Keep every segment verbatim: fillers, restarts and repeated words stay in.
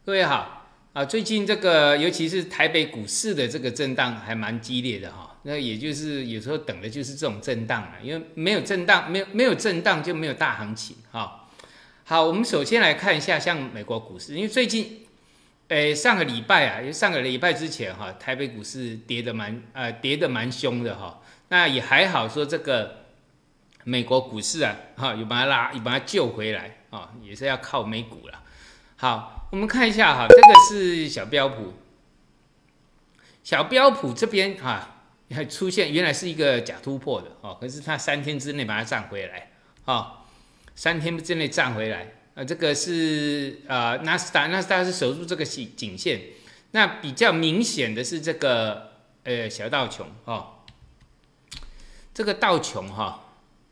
各位好啊，最近这个尤其是台北股市的这个震荡还蛮激烈的哈，那也就是有时候等的就是这种震荡啊，因为没有震荡，没有没有震荡就没有大行情哈。好，我们首先来看一下像美国股市，因为最近，诶上个礼拜啊，因为上个礼拜之前哈，台北股市跌得蛮呃跌得蛮凶的哈，那也还好说这个美国股市啊哈有把它拉，有把它救回来啊，也是要靠美股啦。好，我们看一下哈，这个是小标普，小标普这边哈出现原来是一个假突破的哦，可是它三天之内把它站回来，哦，三天之内站回来，呃，这个是呃纳斯达纳斯达是守住这个颈线，那比较明显的是这个呃小道琼哦，这个道琼哈。哦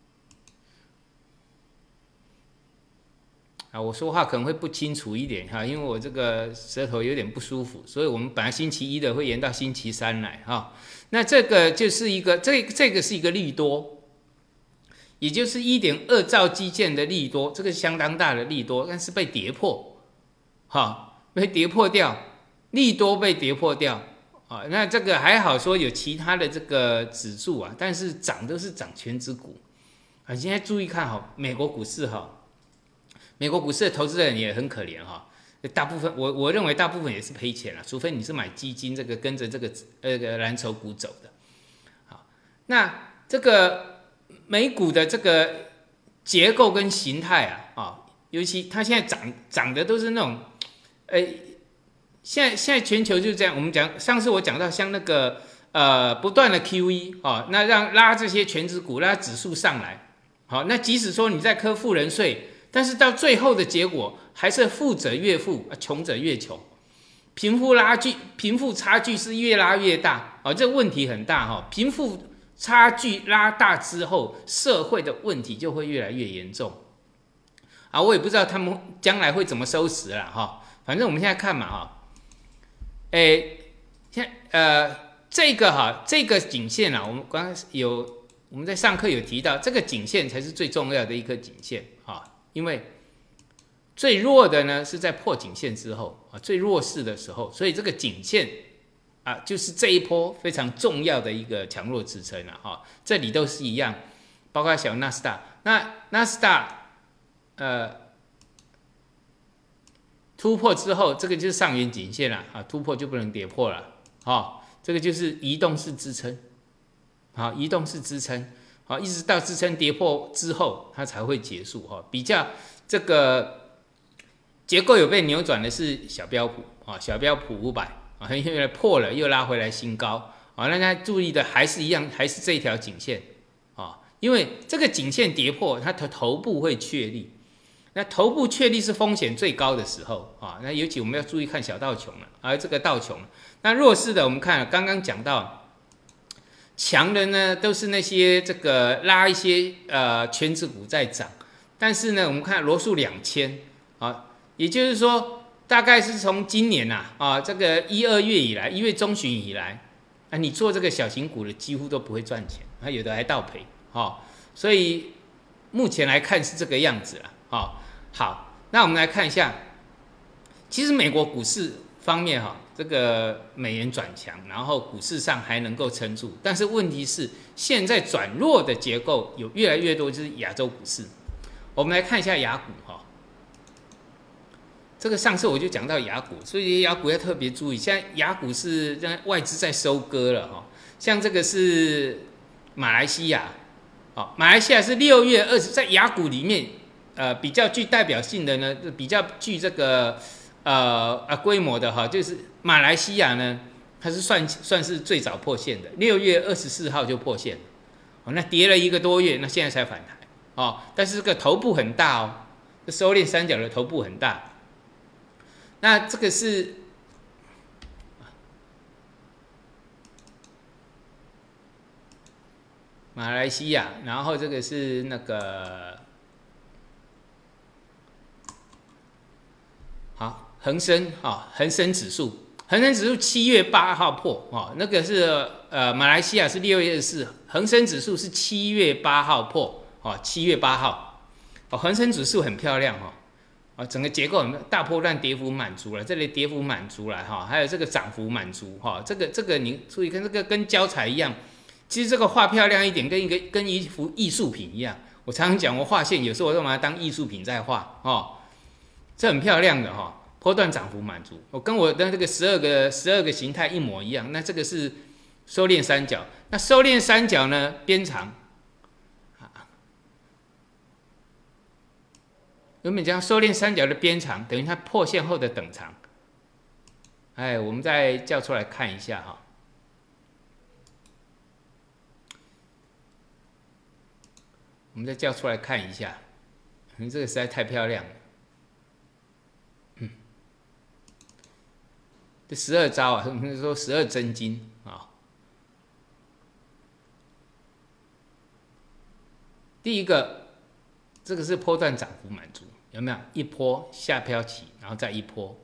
啊，我说话可能会不清楚一点哈，因为我这个舌头有点不舒服，所以我们本来星期一的会延到星期三来哈。那这个就是一个这这个是一个利多，也就是 一点二兆基建的利多，这个相当大的利多，但是被跌破，哈，被跌破掉，利多被跌破掉啊。那这个还好说有其他的这个指数啊，但是涨都是涨全指股啊。现在注意看哈，美国股市哈。美国股市的投资人也很可怜哈，大部分我我认为大部分也是赔钱了，除非你是买基金，这个跟着这个呃蓝筹股走的。好，那这个美股的这个结构跟形态啊，啊，尤其它现在涨涨的都是那种，呃，现在现在全球就是这样。我们讲上次我讲到像那个呃不断的 Q E 啊，那让拉这些全指股拉指数上来，好，那即使说你在科富人税。但是到最后的结果还是富者越富，穷者越穷，贫富拉距、贫富差距是越拉越大啊，这个问题很大哈。贫富差距拉大之后，社会的问题就会越来越严重啊。我也不知道他们将来会怎么收拾啦哈。反正我们现在看嘛哈，诶，现呃这个哈这个颈线啊，我们刚刚有我们在上课有提到，这个颈线才是最重要的一颗颈线啊。因为最弱的呢是在破颈线之后啊，最弱势的时候，所以这个颈线啊，就是这一波非常重要的一个强弱支撑了哈。这里都是一样，包括小纳斯达，那纳斯达呃突破之后，这个就是上缘颈线了啊，突破就不能跌破了啊，这个就是移动式支撑，好，移动式支撑。好，一直到支撑跌破之后，它才会结束哈。比较这个结构有被扭转的是小标普啊，小标普五百啊，因为破了又拉回来新高啊。大家注意的还是一样，还是这一条颈线啊，因为这个颈线跌破，它的头部会确立。那头部确立是风险最高的时候啊。那尤其我们要注意看小道琼了，而、啊、这个道琼。那弱势的，我们看刚刚讲到。强的呢，都是那些这个拉一些呃全指股在涨，但是呢，我们看罗素两千啊，也就是说，大概是从今年呐 啊, 啊这个一二月以来，一月中旬以来啊，你做这个小型股的几乎都不会赚钱，它有的还倒赔啊，所以目前来看是这个样子了啊。好，那我们来看一下，其实美国股市方面哈。这个美元转强，然后股市上还能够撑住，但是问题是现在转弱的结构有越来越多，就是亚洲股市。我们来看一下亚股哈，这个上次我就讲到亚股，所以亚股要特别注意。现在亚股是让外资在收割了哈，像这个是马来西亚，好，马来西亚是六月二十，在亚股里面，呃，比较具代表性的呢，比较具这个。呃啊规模的哈，就是马来西亚呢，它是算算是最早破线的，六月二十四号就破线了，哦，那跌了一个多月，那现在才反弹哦，但是这个头部很大哦，这收敛三角的头部很大，那这个是马来西亚，然后这个是那个。好。恒生啊，恒生指数，恒生指数七月八号破啊，那个是呃马来西亚是六月二十四，恒生指数是七月八号破啊，七月八号，哦，恒生指数很漂亮哈， 啊，整个结构有没有大波段跌幅满足了？这里跌幅满足了哈，还有这个涨幅满足哈，这个这个你注意看，这个跟胶彩一样，其实这个画漂亮一点，跟一个跟一幅艺术品一样。我常常讲，我画线有时候我都把它当艺术品在画哦，这很漂亮的哈，波段涨幅满足，我跟我的这个十二个十二个形态一模一样。那这个是收敛三角，那收敛三角呢，边长。原本讲收敛三角的边长等于它破线后的等长，哎，我们再叫出来看一下哈。我们再叫出来看一下，你这个实在太漂亮了。嗯，这十二招啊，我们说十二真经啊。第一个。这个是波段涨幅满足，有没有？一波下飘起，然后再一波，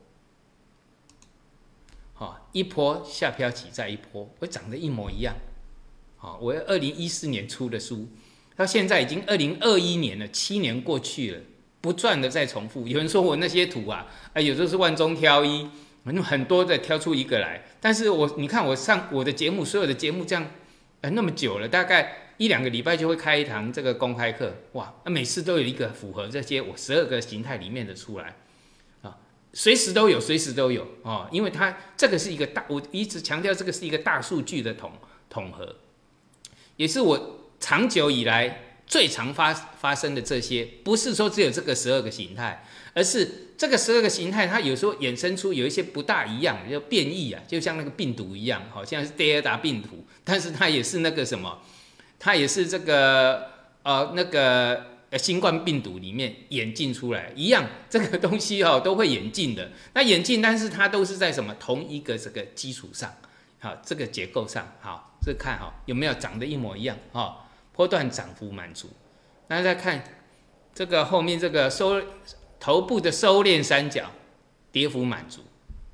好、哦，一波下飘起，再一波，会长得一模一样。好、哦，我二零一四年出的书，到现在已经二零二一年了，七年过去了，不断的在重复。有人说我那些图啊，啊，有时候是万中挑一，很多的挑出一个来。但是我你看我上我的节目，所有的节目这样，呃，那么久了，大概。一两个礼拜就会开一堂这个公开课，哇，每次都有一个符合这些我十二个形态里面的出来，啊，随时都有，随时都有哦，因为它这个是一个大，我一直强调这个是一个大数据的统统合，也是我长久以来最常发发生的这些，不是说只有这个十二个形态，而是这个十二个形态它有时候衍生出有一些不大一样，就变异啊，就像那个病毒一样，好像是德尔塔病毒，但是它也是那个什么。它也是这个呃那个新冠病毒里面演进出来一样，这个东西哦都会演进的。那演进，但是它都是在什么同一个这个基础上，好，这个结构上，好，这看哈有没有长得一模一样哈，波段涨幅满足。那再看这个后面这个收头部的收敛三角，跌幅满足。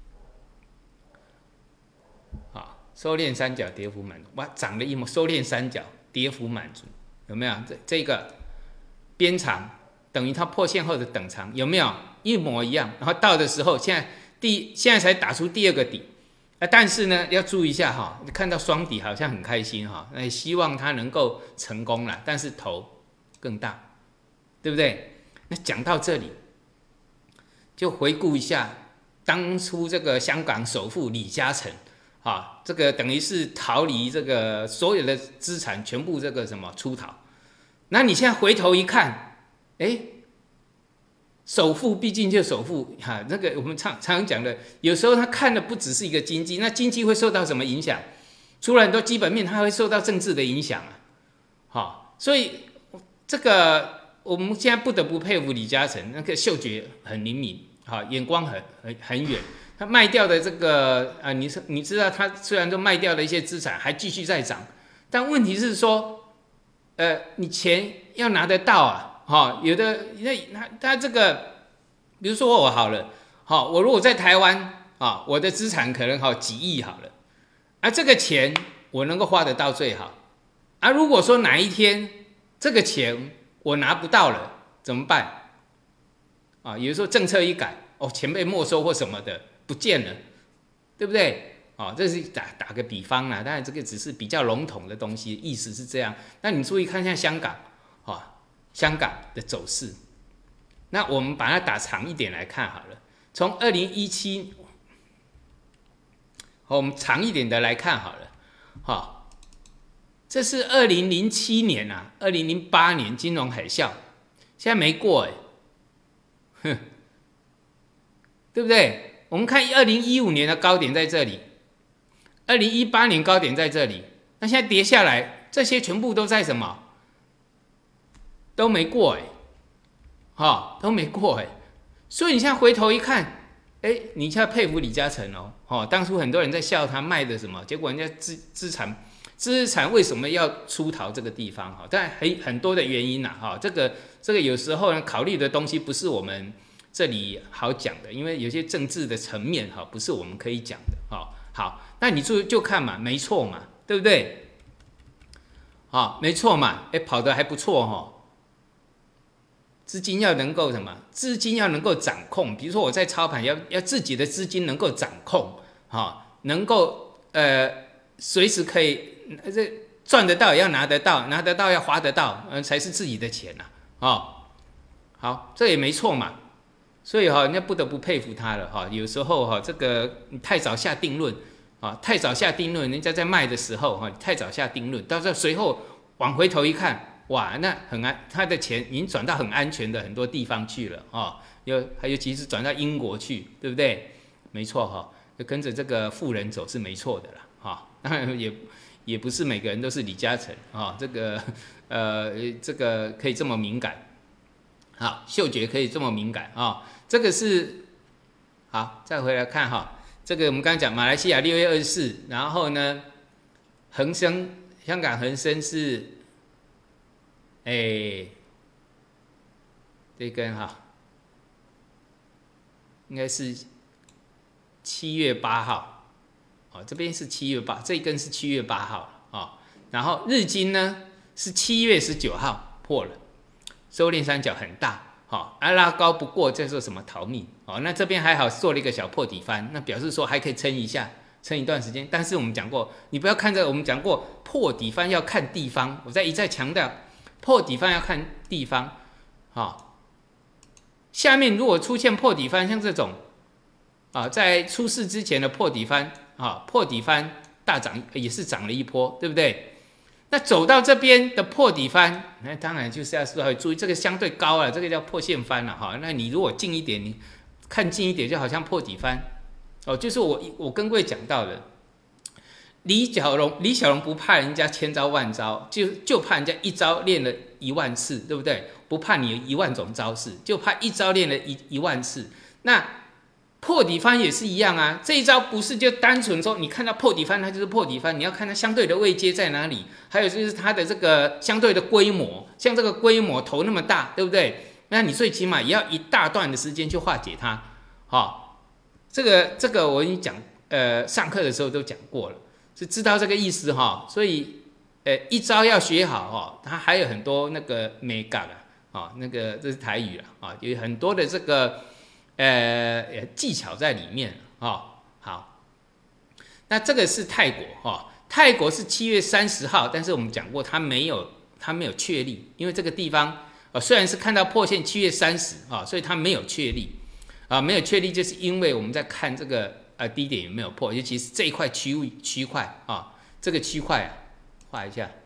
好，收敛三角跌幅满足，哇，长得一模收敛三角。跌幅满足有没有？这这个边长等于它破线后的等长有没有一模一样？然后到的时候，现在第现在才打出第二个底，啊，但是呢要注意一下哈，看到双底好像很开心哈，那希望它能够成功了，但是头更大，对不对？那讲到这里，就回顾一下当初这个香港首富李嘉诚。啊，这个等于是逃离这个所有的资产全部这个什么出逃，那你现在回头一看，哎，首富毕竟就首富哈、啊，那个我们常常讲的，有时候他看的不只是一个经济，那经济会受到什么影响？除了很多基本面，它会受到政治的影响啊，好、啊，所以这个我们现在不得不佩服李嘉诚，那个嗅觉很灵敏，好、啊，眼光很很很远。他卖掉的这个啊，你你知道，他虽然说卖掉的一些资产还继续在涨，但问题是说，呃，你钱要拿得到啊，哈、哦，有的那他他这个，比如说我好了，好、哦，我如果在台湾啊、哦，我的资产可能好几亿好了，啊，这个钱我能够花得到最好，啊，如果说哪一天这个钱我拿不到了，怎么办？啊，有时候政策一改，哦，钱被没收或什么的。不见了，对不对？哦，这是打打个比方啦，当然这个只是比较笼统的东西，意思是这样。那你注意看一下香港，哦，香港的走势。那我们把它打长一点来看好了，从二零一七，我们长一点的来看好了，哈、哦，这是二零零七年啊，二零零八年金融海啸，现在没过哎，哼，对不对？我们看二零一五年的高点在这里，二零一八年高点在这里，那现在跌下来，这些全部都在什么？都没过哎，哈、哦，都没过哎，所以你现在回头一看，哎，你现在佩服李嘉诚哦，哦，当初很多人在笑他卖的什么，结果人家资资产资产为什么要出逃这个地方哈？但很很多的原因呐、啊、哈，这个这个有时候呢考虑的东西不是我们这里好讲的，因为有些政治的层面哈，不是我们可以讲的哈。好，那你就就看嘛，没错嘛，对不对？好，没错嘛，哎，跑得还不错哈。 资金要能够什么？资金要能够掌控。比如说我在操盘要要自己的资金能够掌控，哈、哦，能够呃随时可以这赚得到也要拿得到，拿得到要花得到，呃才是自己的钱呐、啊，哦，好，这也没错嘛。所以哈、哦，人家不得不佩服他了哈、哦。有时候哈、哦，这个你太早下定论啊，太早下定论，人家在卖的时候哈，太早下定论，到时候随后往回头一看，哇，那很安，他的钱已经转到很安全的很多地方去了啊、哦，又还尤其是转到英国去，对不对？没错哈、哦，跟着这个富人走是没错的啦，哈、哦，当然也也不是每个人都是李嘉诚啊、哦，这个呃这个可以这么敏感，好，嗅觉可以这么敏感啊、哦，这个是好，再回来看哈。这个我们刚刚讲马来西亚六月二十四，然后呢，恒生香港恒生是，哎，这根哈，应该是七月八号，哦，这边是七月八，这一根是七月八号哦，然后日经呢是七月十九号破了，收敛三角很大。好、哦，啊拉高不过，这是什么逃命？哦，那这边还好做了一个小破底翻，那表示说还可以撑一下，撑一段时间。但是我们讲过，你不要看这个，我们讲过破底翻要看地方，我再一再强调，破底翻要看地方。好、哦，下面如果出现破底翻，像这种啊，在出事之前的破底翻啊，破底翻大涨也是涨了一波，对不对？那走到这边的破底翻，那当然就是要稍微注意，这个相对高了，这个叫破线翻了哈。那你如果近一点，你看近一点，就好像破底翻哦。就是我我跟各位讲到的，李小龙李小龙不怕人家千招万招，就就怕人家一招练了一万次，对不对？不怕你一万种招式，就怕一招练了一一万次。那破底翻也是一样啊，这一招不是就单纯说你看到破底翻它就是破底翻，你要看它相对的位阶在哪里，还有就是它的这个相对的规模，像这个规模头那么大，对不对？那你最起码也要一大段的时间去化解它，好、哦，这个这个我已经讲，呃，上课的时候都讲过了，是知道这个意思哈、哦，所以呃一招要学好哈、哦，它还有很多那个美感啊，哦，那个这是台语啊，啊、哦，有很多的这个。呃，技巧在里面哦。好，那这个是泰国哦，泰国是七月三十号，但是我们讲过，它没有它没有确立，因为这个地方呃虽然是看到破线七月三十啊，所以它没有确立啊，没有确立，就是因为我们在看这个呃低点有没有破，尤其是这一块区域区块啊，这个区块啊，画一下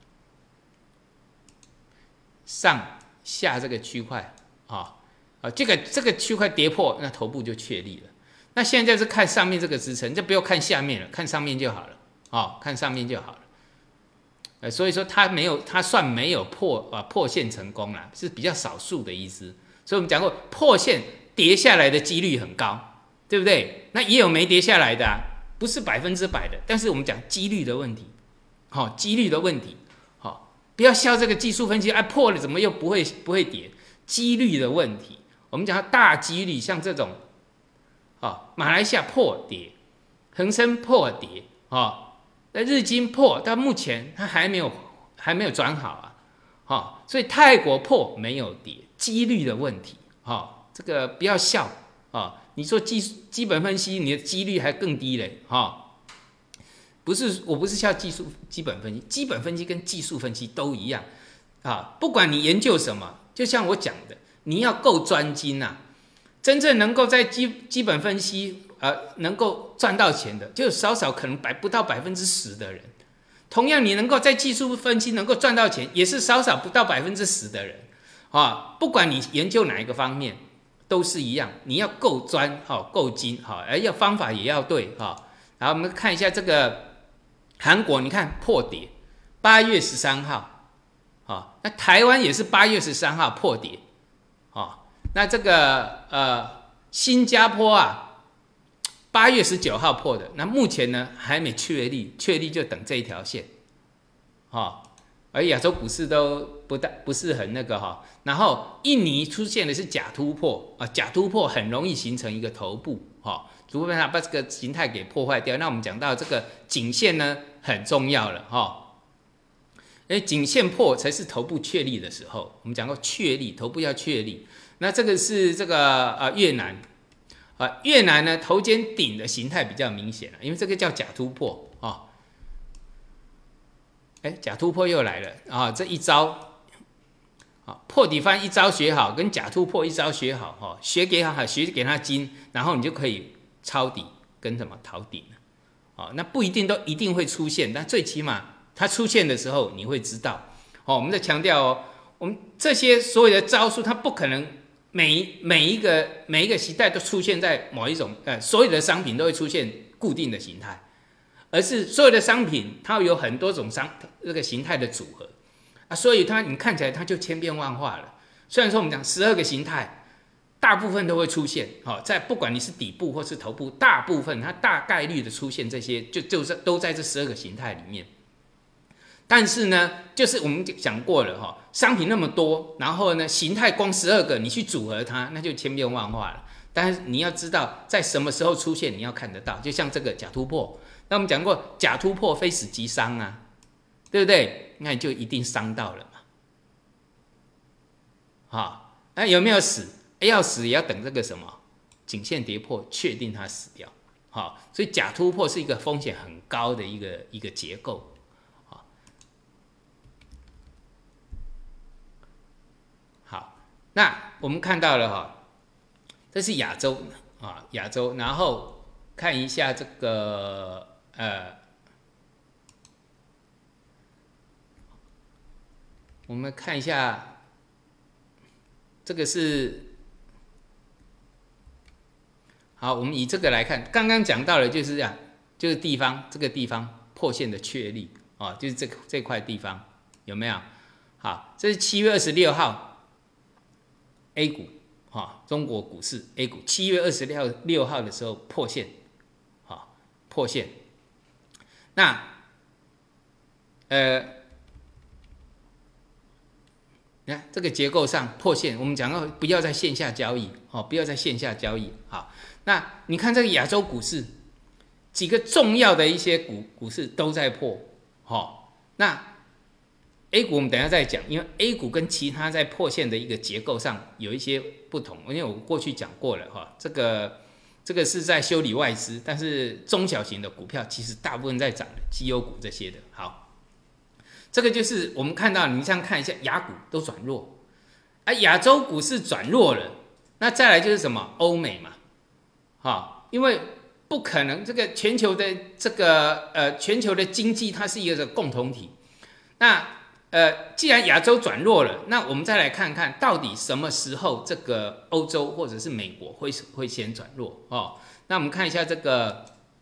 上下这个区块啊。啊，这个这个区块跌破，那头部就确立了。那现在是看上面这个支撑，就不要看下面了，看上面就好了。哦，看上面就好了。呃，所以说它没有，它算没有破啊破线成功啦，是比较少数的意思。所以我们讲过，破线跌下来的几率很高，对不对？那也有没跌下来的啊，不是百分之百的，但是我们讲几率的问题，好、哦，几率的问题，好、哦，不要笑这个技术分析，哎、啊，破了怎么又不会不会跌？几率的问题。我们讲大几率，像这种，哦，马来西亚破跌，恒生破跌，哦，那日经破，到目前它还没有还没有转好啊，哦，所以泰国破没有跌，几率的问题，哦，这个不要笑，哦，你说基基本分析，你的几率还更低嘞，哦，不是，我不是笑技术基本分析，基本分析跟技术分析都一样，啊，不管你研究什么，就像我讲的。你要够专精啊，真正能够在基基本分析呃能够赚到钱的，就少少可能百不到百分之十的人。同样，你能够在技术分析能够赚到钱，也是少少不到百分之十的人啊。不管你研究哪一个方面，都是一样，你要够专，哈、哦，够精，哈、哦，而要方法也要对，哈、哦。然后我们看一下这个韩国，你看破跌，八月十三号，哦，那台湾也是八月十三号破跌。哦，那这个呃，新加坡啊，八月十九号破的，那目前呢还没确立，确立就等这一条线，哦，而亚洲股市都不大不是很那个哈、哦，然后印尼出现的是假突破啊，假突破很容易形成一个头部，哈、哦，除非它把这个形态给破坏掉。那我们讲到这个颈线呢很重要了哈、哦， 哎，颈线破才是头部确立的时候。我们讲过确立，头部要确立。那这个是这个呃越南啊，越南呢头肩顶的形态比较明显了，因为这个叫假突破啊。哎，假突破又来了啊！这一招啊，破底翻一招学好，跟假突破一招学好哈，学给他学给他精，然后你就可以抄底跟什么逃顶了。哦，那不一定都一定会出现，但最起码它出现的时候你会知道。哦，我们在强调哦，我们这些所有的招数，它不可能每每一个每一个形态都出现在某一种呃，所有的商品都会出现固定的形态，而是所有的商品它有很多种商这个形态的组合啊，所以它你看起来它就千变万化了。虽然说我们讲十二个形态。大部分都会出现，好，在不管你是底部或是头部，大部分它大概率的出现这些，就就是都在这十二个形态里面。但是呢，就是我们讲过了哈，商品那么多，然后呢，形态光十二个，你去组合它，那就千变万化了。但是你要知道，在什么时候出现，你要看得到。就像这个假突破，那我们讲过，假突破非死即伤啊，对不对？那你就一定伤到了嘛。好，那有没有死？要死也要等这个什么颈线跌破，确定它死掉。好，所以假突破是一个风险很高的一个一个结构。好，那我们看到了哈，这是亚洲啊，亚洲，然后看一下这个呃，我们看一下这个是。好，我们以这个来看，刚刚讲到的就是这样，就是地方这个地方破线的确立啊、哦，就是这这块地方有没有？好，这是七月二十六号 A 股哈、哦，中国股市 A 股七月二十六六号的时候破线，好、哦、破线。那呃，你看这个结构上破线，我们讲到不要在线下交易哦，不要在线下交易好。那你看这个亚洲股市，几个重要的一些股股市都在破，好、哦，那 A 股我们等一下再讲，因为 A 股跟其他在破线的一个结构上有一些不同，因为我过去讲过了哈、哦，这个这个是在修理外资，但是中小型的股票其实大部分在涨的，绩优股这些的，好，这个就是我们看到，你这样看一下，亚股都转弱，啊，亚洲股市转弱了，那再来就是什么？欧美嘛。好，因为不可能，这个全球的这个呃全球的经济它是一个共同体。那呃，既然亚洲转弱了，那我们再来看看到底什么时候这个欧洲或者是美国会会先转弱哦？那我们看一下这个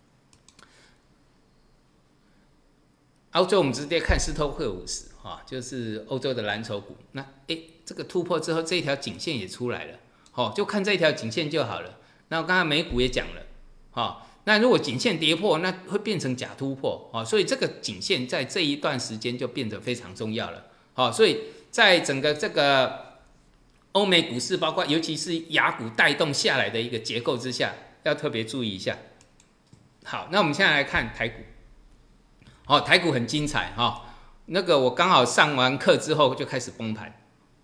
欧洲，我们直接看斯托克五十啊，就是欧洲的蓝筹股。那诶，这个突破之后，这一条颈线也出来了，哦，就看这一条颈线就好了。那我刚才美股也讲了，哦，那如果颈线跌破，那会变成假突破，哦，所以这个颈线在这一段时间就变得非常重要了，哦，所以在整个这个欧美股市，包括尤其是亚股带动下来的一个结构之下，要特别注意一下。好，那我们现在来看台股，哦，台股很精彩哈、哦，那个我刚好上完课之后就开始崩盘，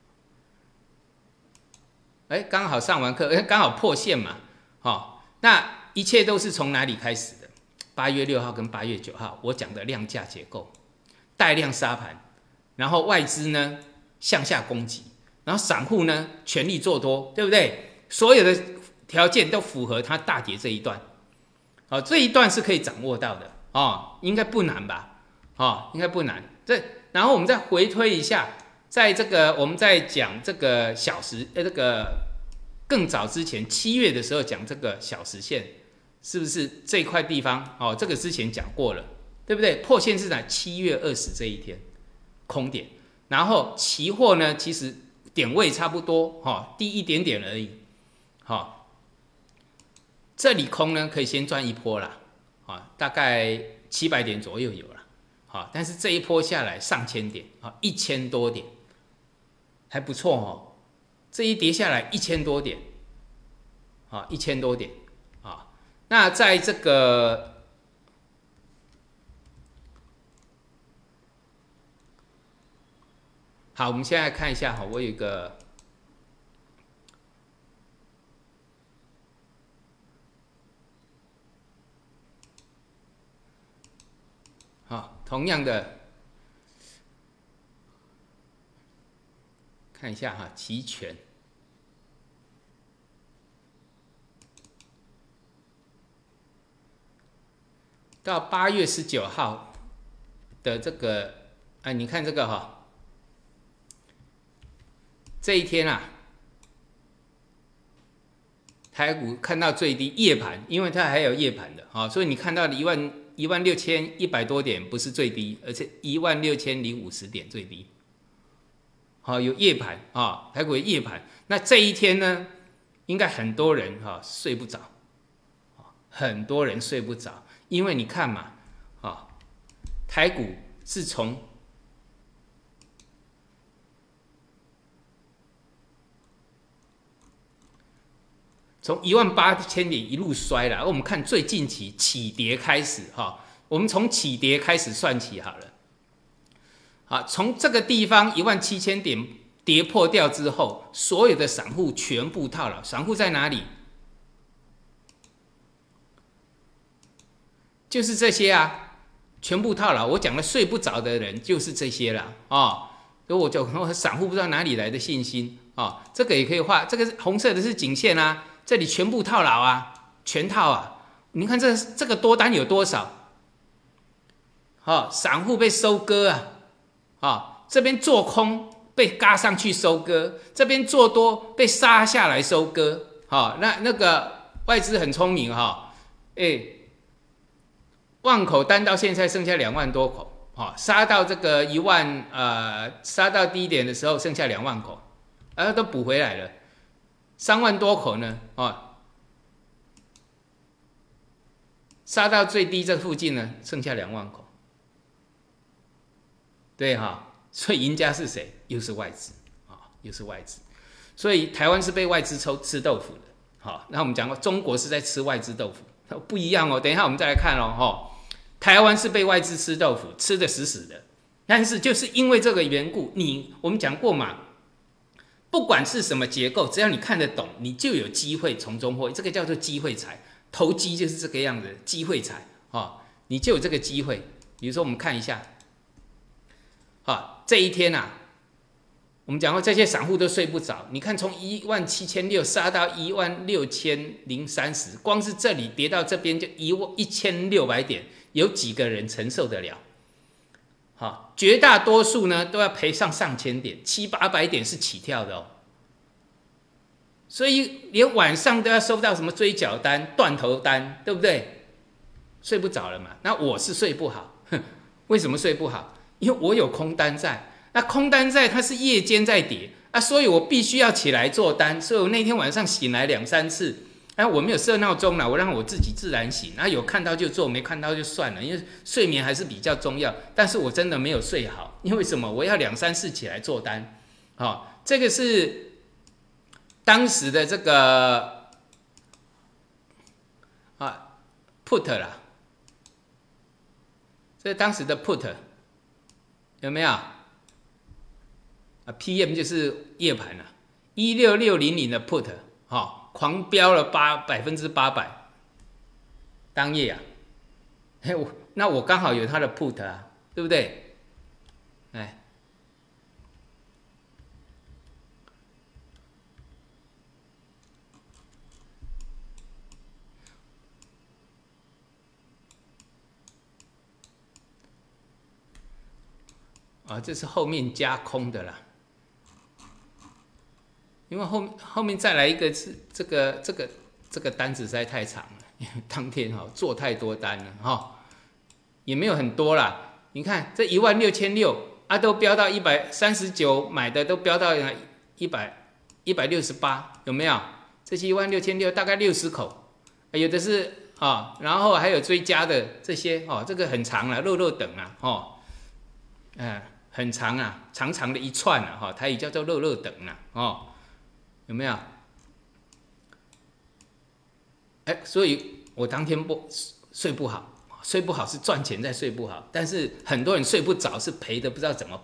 哎，刚好上完课，哎，刚好破线嘛。哦，那一切都是从哪里开始的？八月六号跟八月九号，我讲的量价结构，带量杀盘，然后外资呢向下攻击，然后散户呢全力做多，对不对？所有的条件都符合它大跌这一段，哦，这一段是可以掌握到的哦，应该不难吧？哦，应该不难。这然后我们再回推一下，在这个我们在讲这个小时，呃，这个。更早之前七月的时候讲这个小时线，是不是这一块地方？哦，这个之前讲过了，对不对？破线是在七月二十这一天，空点。然后期货呢，其实点位差不多，哈、哦，低一点点而已，好、哦。这里空呢，可以先赚一波啦，啊、哦，大概七百点左右有了，好、哦，但是这一波下来上千点，啊、哦，一千多点，还不错哦。这一跌下来一千多点，啊，一千多点，啊，那在这个好，我们现在看一下哈，我有一个。好，同样的，看一下哈，期权到八月十九号的这个，哎，你看这个哈，这一天啊，台股看到最低夜盘，因为它还有夜盘的哈，所以你看到的一万。一万六千一百多点不是最低，而且一万六千零五十点最低。好，有夜盘啊，台股有夜盘。那这一天呢，应该很多人哈、啊、睡不着，很多人睡不着，因为你看嘛，啊，台股是从从一万八千点一路摔了，我们看最近期起跌开始哈，我们从起跌开始算起好了。好，从这个地方一万七千点跌破掉之后，所有的散户全部套牢。散户在哪里？就是这些啊，全部套牢。我讲的睡不着的人就是这些啦啊。所以我就散户不知道哪里来的信心啊。这个也可以画，这个红色的是颈线啊。这里全部套牢啊，全套啊！你看这这个多单有多少？好、哦，散户被收割啊！啊、哦，这边做空被嘎上去收割，这边做多被杀下来收割。好、哦，那那个外资很聪明哈，哎、哦，万口单到现在剩下两万多口，好、哦，杀到这个一万呃，杀到低点的时候剩下两万口，啊，都补回来了。三万多口呢，哦，杀到最低这附近呢，剩下两万口，对哈、哦，所以赢家是谁？又是外资啊、哦，又是外资，所以台湾是被外资抽吃豆腐的。好、哦，那我们讲过，中国是在吃外资豆腐，不一样哦。等一下我们再来看哦，哈、哦，台湾是被外资吃豆腐，吃的死死的，但是就是因为这个缘故，你我们讲过嘛。不管是什么结构，只要你看得懂，你就有机会从中获益。这个叫做机会财，投机就是这个样子，机会财啊、哦，你就有这个机会。比如说，我们看一下，啊、哦，这一天啊，我们讲过这些散户都睡不着。你看，从一万七千六杀到一万六千零三十，光是这里跌到这边就一万一千六百点，有几个人承受得了？好，绝大多数呢都要赔上上千点，七八百点是起跳的哦。所以连晚上都要收到什么追缴单、断头单，对不对？睡不着了嘛。那我是睡不好，为什么睡不好？因为我有空单在，那空单在它是夜间在跌啊，所以我必须要起来做单。所以我那天晚上醒来两三次。哎，我没有设闹钟了，我让我自己自然醒。那有看到就做，没看到就算了，因为睡眠还是比较重要。但是我真的没有睡好，因为什么？我要两三次起来做单。好、哦，这个是当时的这个啊 put 啦，这是当时的 put 有没有？啊 P M 就是夜盘了，一六六零零的 put 哈、哦。狂飙了八百分之八百，当夜啊，嘿我那我刚好有他的 put 啊，对不对？哎，啊，这是后面加空的啦。因为后后面再来一个是这个这个这个单子实在太长了，因为当天哈做太多单了哈，也没有很多啦。你看这一万六千六啊，都飙到一百三十九，买的都飙到一百一百六十八，有没有？这些一万六千六大概六十口，有的是啊，然后还有追加的这些哦，这个很长了，肉肉等啊，哦，嗯，很长啊，长长的一串啊，哈，台语叫做肉肉等啊，哦。有没有？哎，所以我当天不睡不好，睡不好是赚钱在睡不好，但是很多人睡不着是赔的不知道怎么办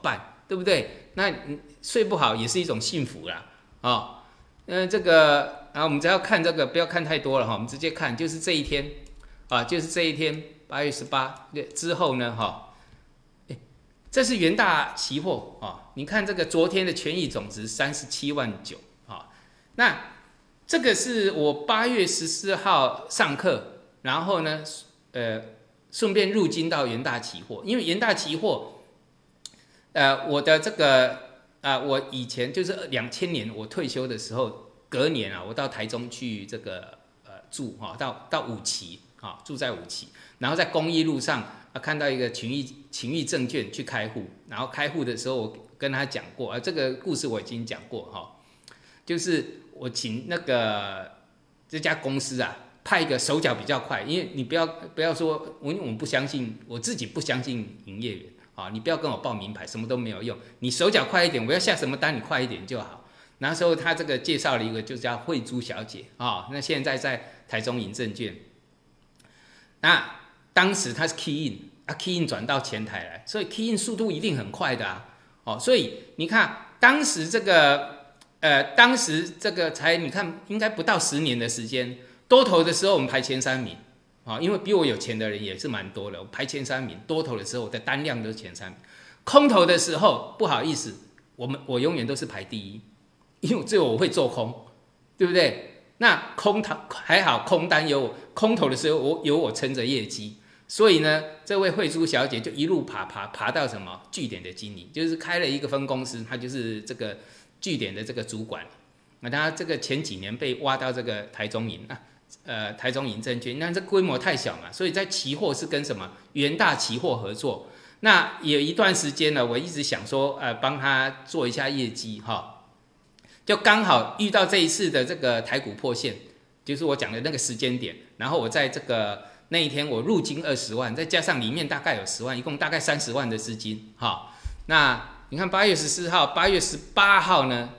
对不对？那睡不好也是一种幸福啦，哦，呃，这个，然后我们只要看这个，不要看太多了哈，我们直接看，就是这一天，啊，就是这一天，八月十八之后呢，哈，这是元大期货啊，你看这个昨天的权益总值三十七万九啊，那这个是我八月十四号上课，然后呢，呃，顺便入金到元大期货，因为元大期货，呃，我的这个啊、呃，我以前就是两千年我退休的时候，隔年啊，我到台中去这个呃住哈、哦，到到五期啊、哦，住在五期，然后在公益路上啊看到一个群益群益证券去开户，然后开户的时候我跟他讲过啊，这个故事我已经讲过哈、哦，就是我请那个这家公司啊。派一个手脚比较快，因为你不要不要说，我因为我们不相信，我自己不相信营业员啊，你不要跟我报名牌，什么都没有用，你手脚快一点，我要下什么单你快一点就好。那时候他这个介绍了一个就叫慧珠小姐啊，那现在在台中银证券，那当时他是 key in 啊 key in 转到前台来，所以 key in 速度一定很快的啊，哦，所以你看当时这个呃，当时这个才你看应该不到十年的时间。多头的时候我们排前三名，啊，因为比我有钱的人也是蛮多的，我排前三名。多头的时候我的单量都是前三名，空头的时候不好意思，我们我永远都是排第一，因为只有我会做空，对不对？那空头还好，空单有我，空头的时候我有我撑着业绩，所以呢，这位慧珠小姐就一路爬爬爬到什么据点的经理，就是开了一个分公司，她就是这个据点的这个主管。那她这个前几年被挖到这个台中银啊。呃，台中银证券，那这规模太小嘛，所以在期货是跟什么元大期货合作。那有一段时间呢，我一直想说，呃，帮他做一下业绩哈，就刚好遇到这一次的这个台股破线，就是我讲的那个时间点。然后我在这个那一天我入金二十万，再加上里面大概有十万，一共大概三十万的资金哈。那你看八月十四号、八月十八号呢，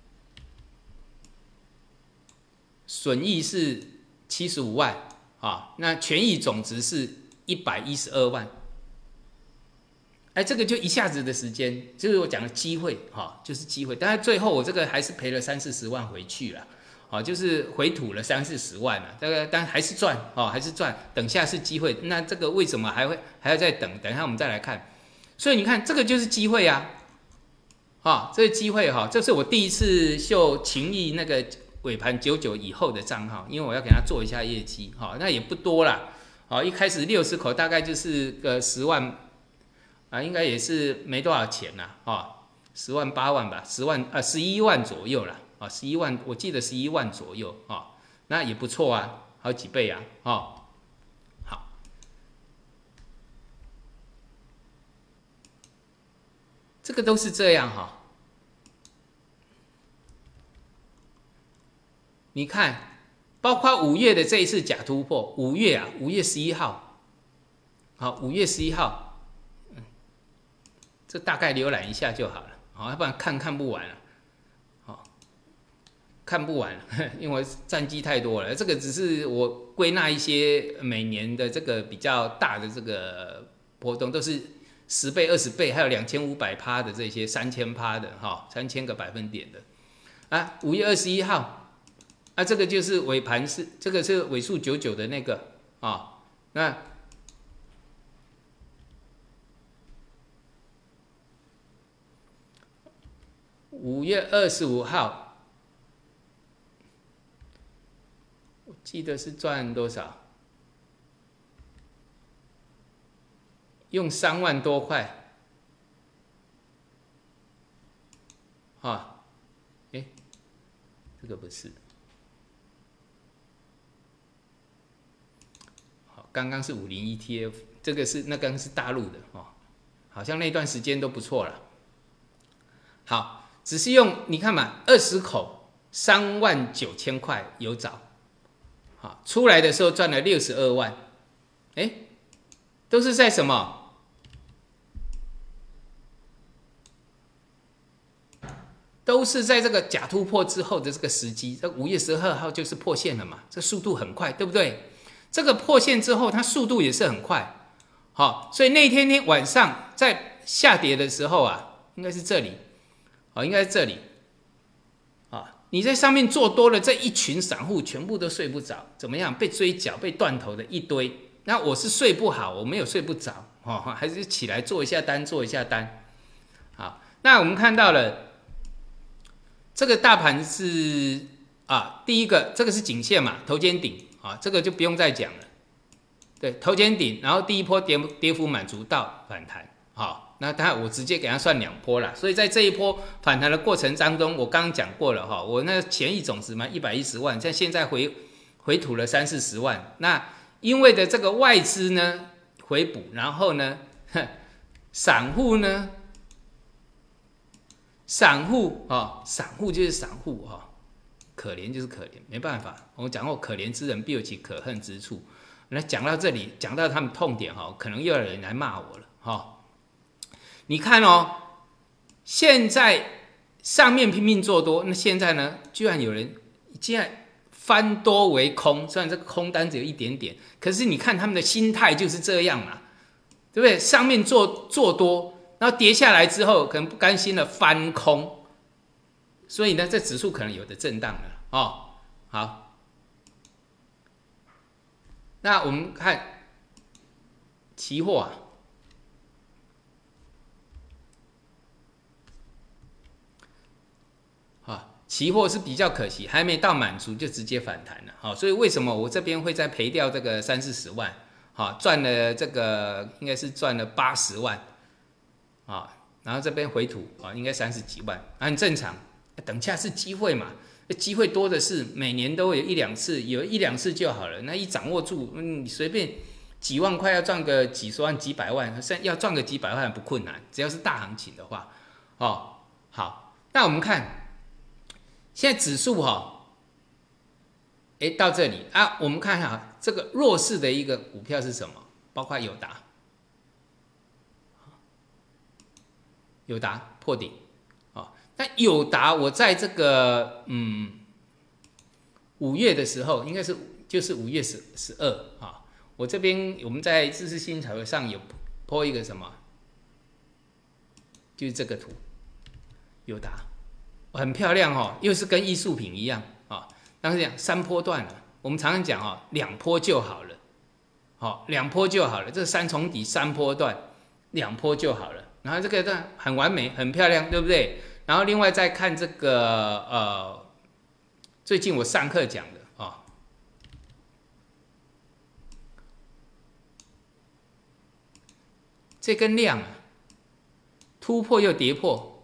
损益是七十五万啊，那权益总值是一百一十二万，哎，这个就一下子的时间，就是我讲的机会哈，就是机会。但是最后我这个还是赔了三四十万回去了，啊，就是回吐了三四十万了，这个但还是赚哦，还是赚。等下是机会，那这个为什么还会还要再等？等一下我们再来看。所以你看，这个就是机会啊，啊，这是机会哈，这是我第一次秀勤益那个。尾盘九九以后的账号，因为我要给他做一下业绩，哈，那也不多啦，好，一开始六十口大概就是个十万，啊，应该也是没多少钱啦，哈，十万八万吧，十万啊十一万左右啦，啊，十一万，我记得十一万左右，啊，那也不错啊，好几倍啊，哦，好，这个都是这样哈。你看，包括五月的这一次假突破，五月啊，五月十一号，好，五月十一号，嗯，这大概浏览一下就好了，好，要不然看看不完了，好，看不完了，因为战绩太多了。这个只是我归纳一些每年的这个比较大的这个波动，都是十倍、二十倍，还有两千五百趴的这些三千趴的哈，三千个百分点的啊，五月二十一号。啊，这个就是尾盘是这个是尾数九九的那个啊，那五月二十五号，我记得是赚多少？用三万多块，啊，哎，这个不是。刚刚是五零 E T F， 这个是那刚刚是大陆的哦，好像那段时间都不错了。好，只是用你看嘛，二十口三万九千块有找，好出来的时候赚了六十二万，哎，都是在什么？都是在这个假突破之后的这个时机，这五月十二号就是破线了嘛，这速度很快，对不对？这个破线之后，它速度也是很快，好，所以那天天晚上在下跌的时候啊， 应该是这里，哦，应该是这里，啊，你在上面做多了，这一群散户全部都睡不着，怎么样？被追缴、被断头的一堆。那我是睡不好，我没有睡不着，哦，还是起来做一下单，做一下单。好，那我们看到了这个大盘是啊，第一个这个是颈线嘛，头肩顶啊，这个就不用再讲了。对，头肩顶，然后第一波跌跌幅满足到反弹，好，那当然我直接给它算两波啦。所以在这一波反弹的过程当中，我刚刚讲过了哈，我那前一种子嘛一百一十万，像现在回回吐了三四十万，那因为的这个外资呢回补，然后呢，散户呢，散户啊，散户就是散户哈，可怜就是可怜，没办法，我讲过可怜之人必有其可恨之处。那讲到这里，讲到他们痛点哈，可能又有人来骂我了哈。你看哦，现在上面拼命做多，那现在呢，居然有人竟然翻多为空，虽然这个空单只有一点点，可是你看他们的心态就是这样嘛，对不对？上面做做多，然后跌下来之后，可能不甘心的翻空，所以呢，这指数可能有的震荡了哦。好。那我们看期货啊，啊，期货是比较可惜，还没到满足就直接反弹了，好，所以为什么我这边会再赔掉这个三四十万，好，赚了这个应该是赚了八十万，啊，然后这边回吐啊，应该三十几万，很正常，等下是机会嘛。机会多的是，每年都有一两次，有一两次就好了。那一掌握住，嗯，你随便几万块要赚个几十万、几百万，要赚个几百万不困难，只要是大行情的话，哦，好。那我们看现在指数哈、哦，哎，到这里啊，我们看哈，这个弱势的一个股票是什么？包括友达，友达破顶。那友达，我在这个嗯五月的时候，应该是就是五月十十二啊，我这边我们在知识星球上有po一个什么，就是这个图，友达，很漂亮哦，又是跟艺术品一样啊。当时讲三波段了，我们常常讲哦，两波就好了，好，两波就好了，这三重底三波段，两波就好了，然后这个段很完美，很漂亮，对不对？然后另外再看这个呃，最近我上课讲的啊、哦，这根量啊，突破又跌破，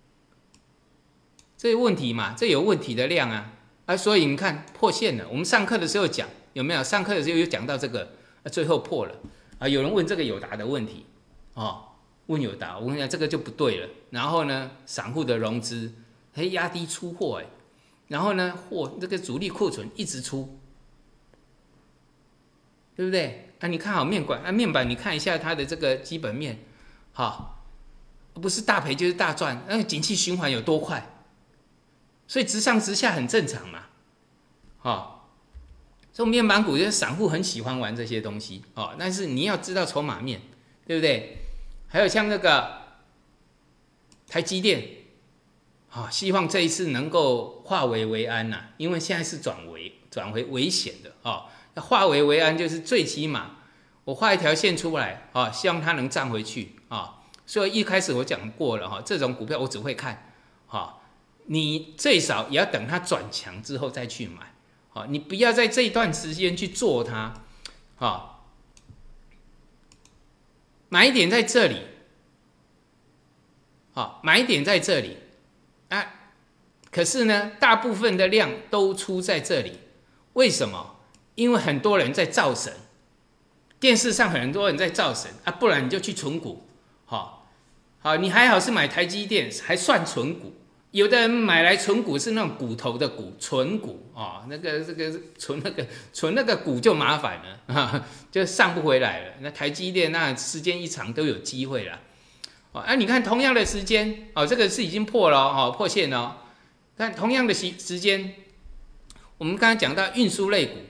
这有问题嘛？这有问题的量啊啊！所以你看破线了。我们上课的时候讲有没有？上课的时候有讲到这个，啊、最后破了啊！有人问这个友达的问题哦。问友达，我跟你讲，这个就不对了。然后呢，散户的融资，还压低出货哎，然后呢，货这个主力库存一直出，对不对？啊，你看好面板，啊面板你看一下它的这个基本面，好，不是大赔就是大赚，那个景气循环有多快？所以直上直下很正常嘛，好，这种面板股就是散户很喜欢玩这些东西哦，但是你要知道筹码面，对不对？还有像那个台积电，啊、哦，希望这一次能够化危为安呐、啊，因为现在是转危转回危险的哦。要化危为安，就是最起码我画一条线出来啊、哦，希望它能站回去啊、哦。所以一开始我讲过了哈、哦，这种股票我只会看，哈、哦，你最少也要等它转强之后再去买，好、哦，你不要在这一段时间去做它，哈、哦。买点在这里，好，买点在这里，啊，可是呢，大部分的量都出在这里，为什么？因为很多人在造神，电视上很多人在造神啊，不然你就去存股，好，好，你还好是买台积电，还算存股。有的人买来存股是那种骨头的股，存股哦，那个这个存那个存那个股就麻烦了啊，就上不回来了。那台积电那时间一长都有机会了，哦，啊，你看同样的时间哦，这个是已经破了哦，破线了哦。但同样的时时间，我们刚才讲到运输类股，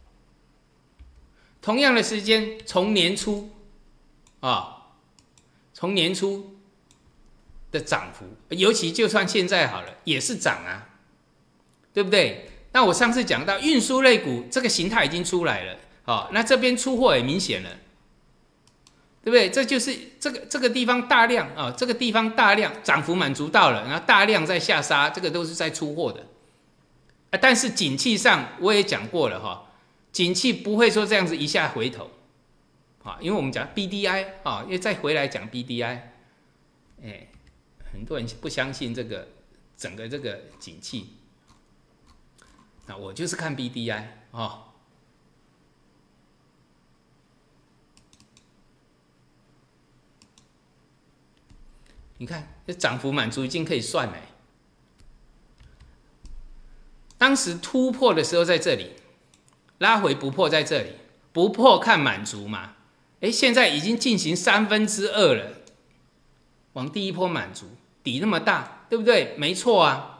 同样的时间从年初啊、哦， 从年初的涨幅，尤其就算现在好了，也是涨啊，对不对？那我上次讲到运输类股这个形态已经出来了，哦，那这边出货也明显了，对不对？这就是这个这个地方大量啊、哦，这个地方大量涨幅满足到了，然后大量在下杀，这个都是在出货的。啊，但是景气上我也讲过了哈、哦，景气不会说这样子一下回头，啊、哦，因为我们讲 B D I 啊、哦，因为再回来讲 B D I， 哎，很多人不相信这个整个这个景气。那我就是看 B D I 哦，你看这涨幅满足已经可以算了。当时突破的时候在这里，拉回不破在这里，不破看满足嘛。哎，现在已经进行三分之二了，往第一波满足，底那么大，对不对？没错啊。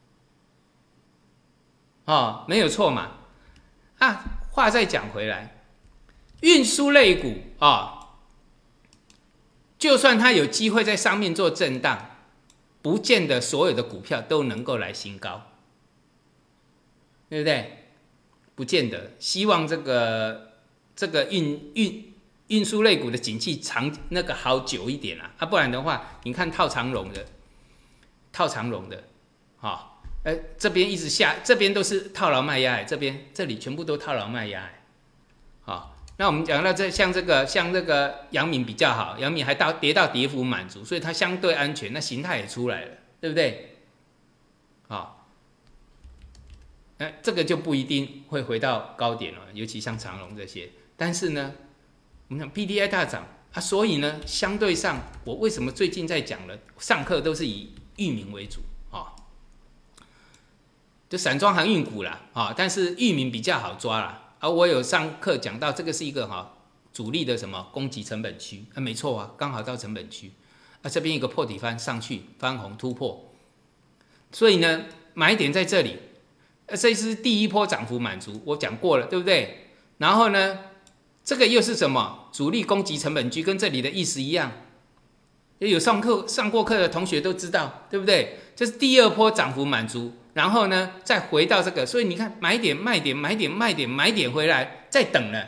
哦，没有错嘛。啊，话再讲回来，运输类股啊、哦，就算它有机会在上面做震荡，不见得所有的股票都能够来新高，对不对？不见得。希望这个这个运运运输类股的景气长那个好久一点啦，啊，不然的话，你看套长荣的，套长荣的，啊、哦。哎，这边一直下，这边都是套牢卖压，这边这里全部都套牢卖压，好，那我们讲到这，像这个像这个阳明比较好，阳明还到跌到跌幅满足，所以它相对安全，那形态也出来了，对不对？好，哎，这个就不一定会回到高点了，尤其像长荣这些，但是呢，我们讲 P D I 大涨啊，所以呢，相对上我为什么最近在讲了，上课都是以裕民为主啊。就散装航运股啦，啊，但是裕民比较好抓啦。而、啊、我有上课讲到，这个是一个哈主力的什么攻击成本区，啊，没错啊，刚好到成本区，啊，这边一个破底翻上去，翻红突破，所以呢，买点在这里，啊，这是第一波涨幅满足，我讲过了，对不对？然后呢，这个又是什么主力攻击成本区，跟这里的意思一样，有上课上过课的同学都知道，对不对？这是第二波涨幅满足。然后呢，再回到这个，所以你看，买点、卖点、买点、卖点、买点回来，再等了。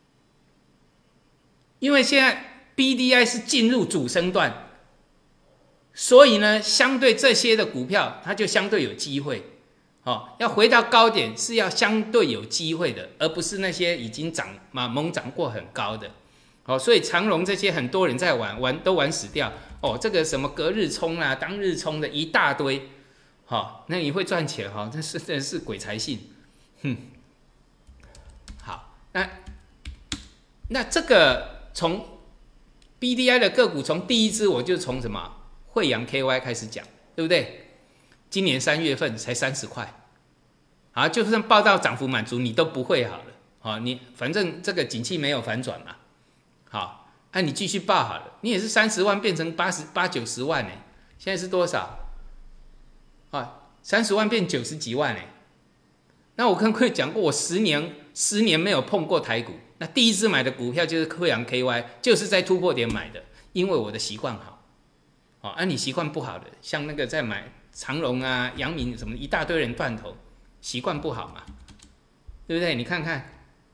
因为现在 B D I 是进入主升段，所以呢，相对这些的股票，它就相对有机会。哦，要回到高点是要相对有机会的，而不是那些已经涨嘛猛涨过很高的。哦，所以长荣这些很多人在玩，玩都玩死掉。哦，这个什么隔日冲啊、当日冲的一大堆。好，那你会赚钱哈？这是真的是鬼才信，哼。好，那那这个从 B D I 的个股，从第一支我就从什么惠阳 K Y 开始讲，对不对？今年三月份才三十块，啊，就算报到涨幅满足，你都不会好了，好，你反正这个景气没有反转嘛，好，那、啊、你继续报好了，你也是三十万变成八十八九十万呢，现在是多少？啊，三十万变九十几万哎，那我跟各位讲过，我十年十年没有碰过台股，那第一次买的股票就是惠阳 K Y， 就是在突破点买的，因为我的习惯好，哦，啊你习惯不好的，像那个在买长荣啊、阳明什么一大堆人断头，习惯不好嘛，对不对？你看看，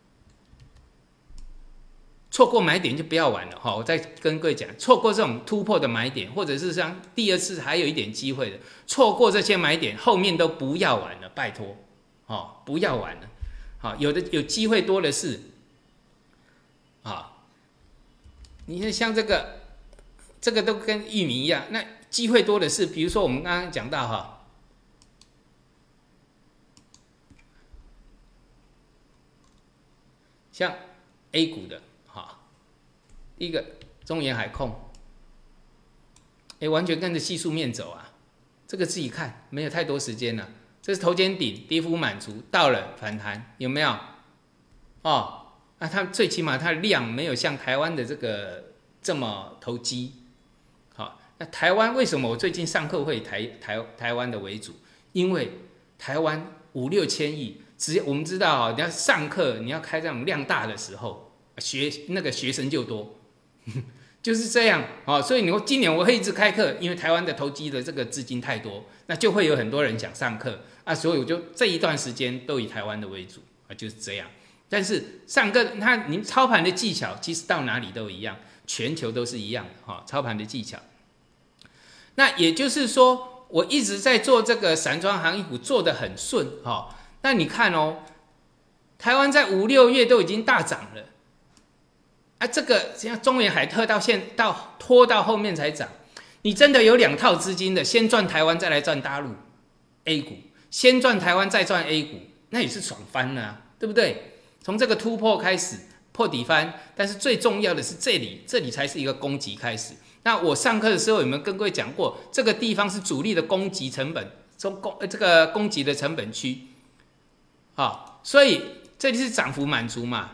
错过买点就不要玩了哈！我再跟各位讲，错过这种突破的买点，或者是像第二次还有一点机会的，错过这些买点，后面都不要玩了，拜托，哦，不要玩了，好，有的有机会多的是，啊，你看像这个，这个都跟玉米一样，那机会多的是，比如说我们刚刚讲到哈，像 A 股的。第一个中原海控，哎，完全跟着技术面走啊，这个自己看，没有太多时间了。这是头肩顶，跌幅满足，到了反弹，有没有？哦，那它最起码它的量没有像台湾的这个这么投机。好，那台湾为什么我最近上课会以台台台湾的为主？因为台湾五六千亿，只要我们知道，你要上课，你要开这种量大的时候，学那个学生就多。 就是这样哦。所以你说今年我会一直开课，因为台湾的投机的这个资金太多，那就会有很多人想上课啊，所以我就这一段时间都以台湾的为主啊，就是这样。但是上课，它您操盘的技巧其实到哪里都一样，全球都是一样的哈、哦，操盘的技巧。那也就是说，我一直在做这个散装航运股，做得很顺哈、哦。那你看哦，台湾在五六月都已经大涨了，啊，这个像中远海特到现到拖到后面才涨，你真的有两套资金的，先赚台湾再来赚大陆 A 股，先赚台湾再赚 A 股，那也是爽翻了、啊，对不对？从这个突破开始破底翻，但是最重要的是这里，这里才是一个攻击开始。那我上课的时候有没有跟各位讲过，这个地方是主力的攻击成本，中攻这个攻击的成本区。好，所以这里是涨幅满足嘛？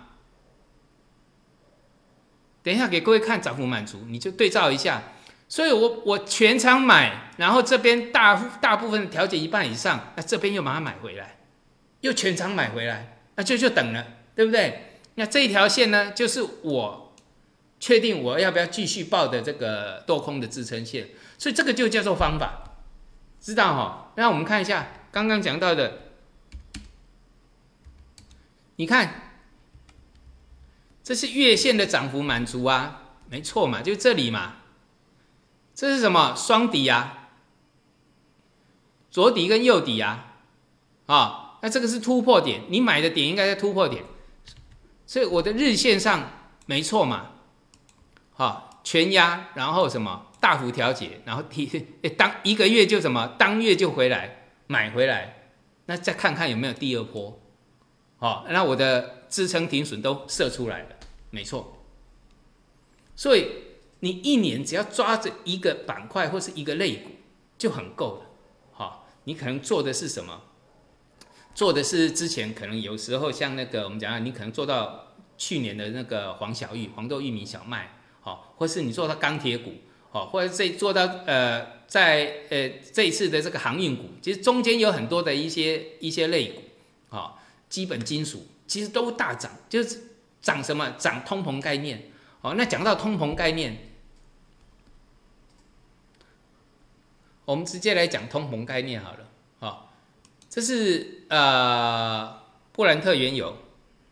等一下给各位看涨幅满足，你就对照一下。所以我我全场买，然后这边大大部分调节一半以上，那这边又把它买回来，又全场买回来，那就就等了，对不对？那这一条线呢，就是我确定我要不要继续抱的这个多空的支撑线，所以这个就叫做方法，知道哈？那我们看一下刚刚讲到的。你看，这是月线的涨幅满足啊，没错嘛，就这里嘛。这是什么？双底啊，左底跟右底啊，啊、哦，那这个是突破点，你买的点应该在突破点，所以我的日线上没错嘛，好、哦，全压，然后什么大幅调节，然后当一个月就什么当月就回来买回来，那再看看有没有第二波。哦，那我的支撑停损都设出来了，没错。所以你一年只要抓着一个板块或是一个类股就很够了。好、哦，你可能做的是什么？做的是之前可能有时候像那个我们讲，你可能做到去年的那个黄小玉、黄豆、玉米、小麦，好、哦，或是你做到钢铁股，好、哦，或者这做到呃在呃这一次的这个航运股，其实中间有很多的一些一些类股，好、哦。基本金属其实都大涨，就是涨什么？涨通膨概念。哦，那讲到通膨概念，我们直接来讲通膨概念好了。哦，这是呃布兰特原油。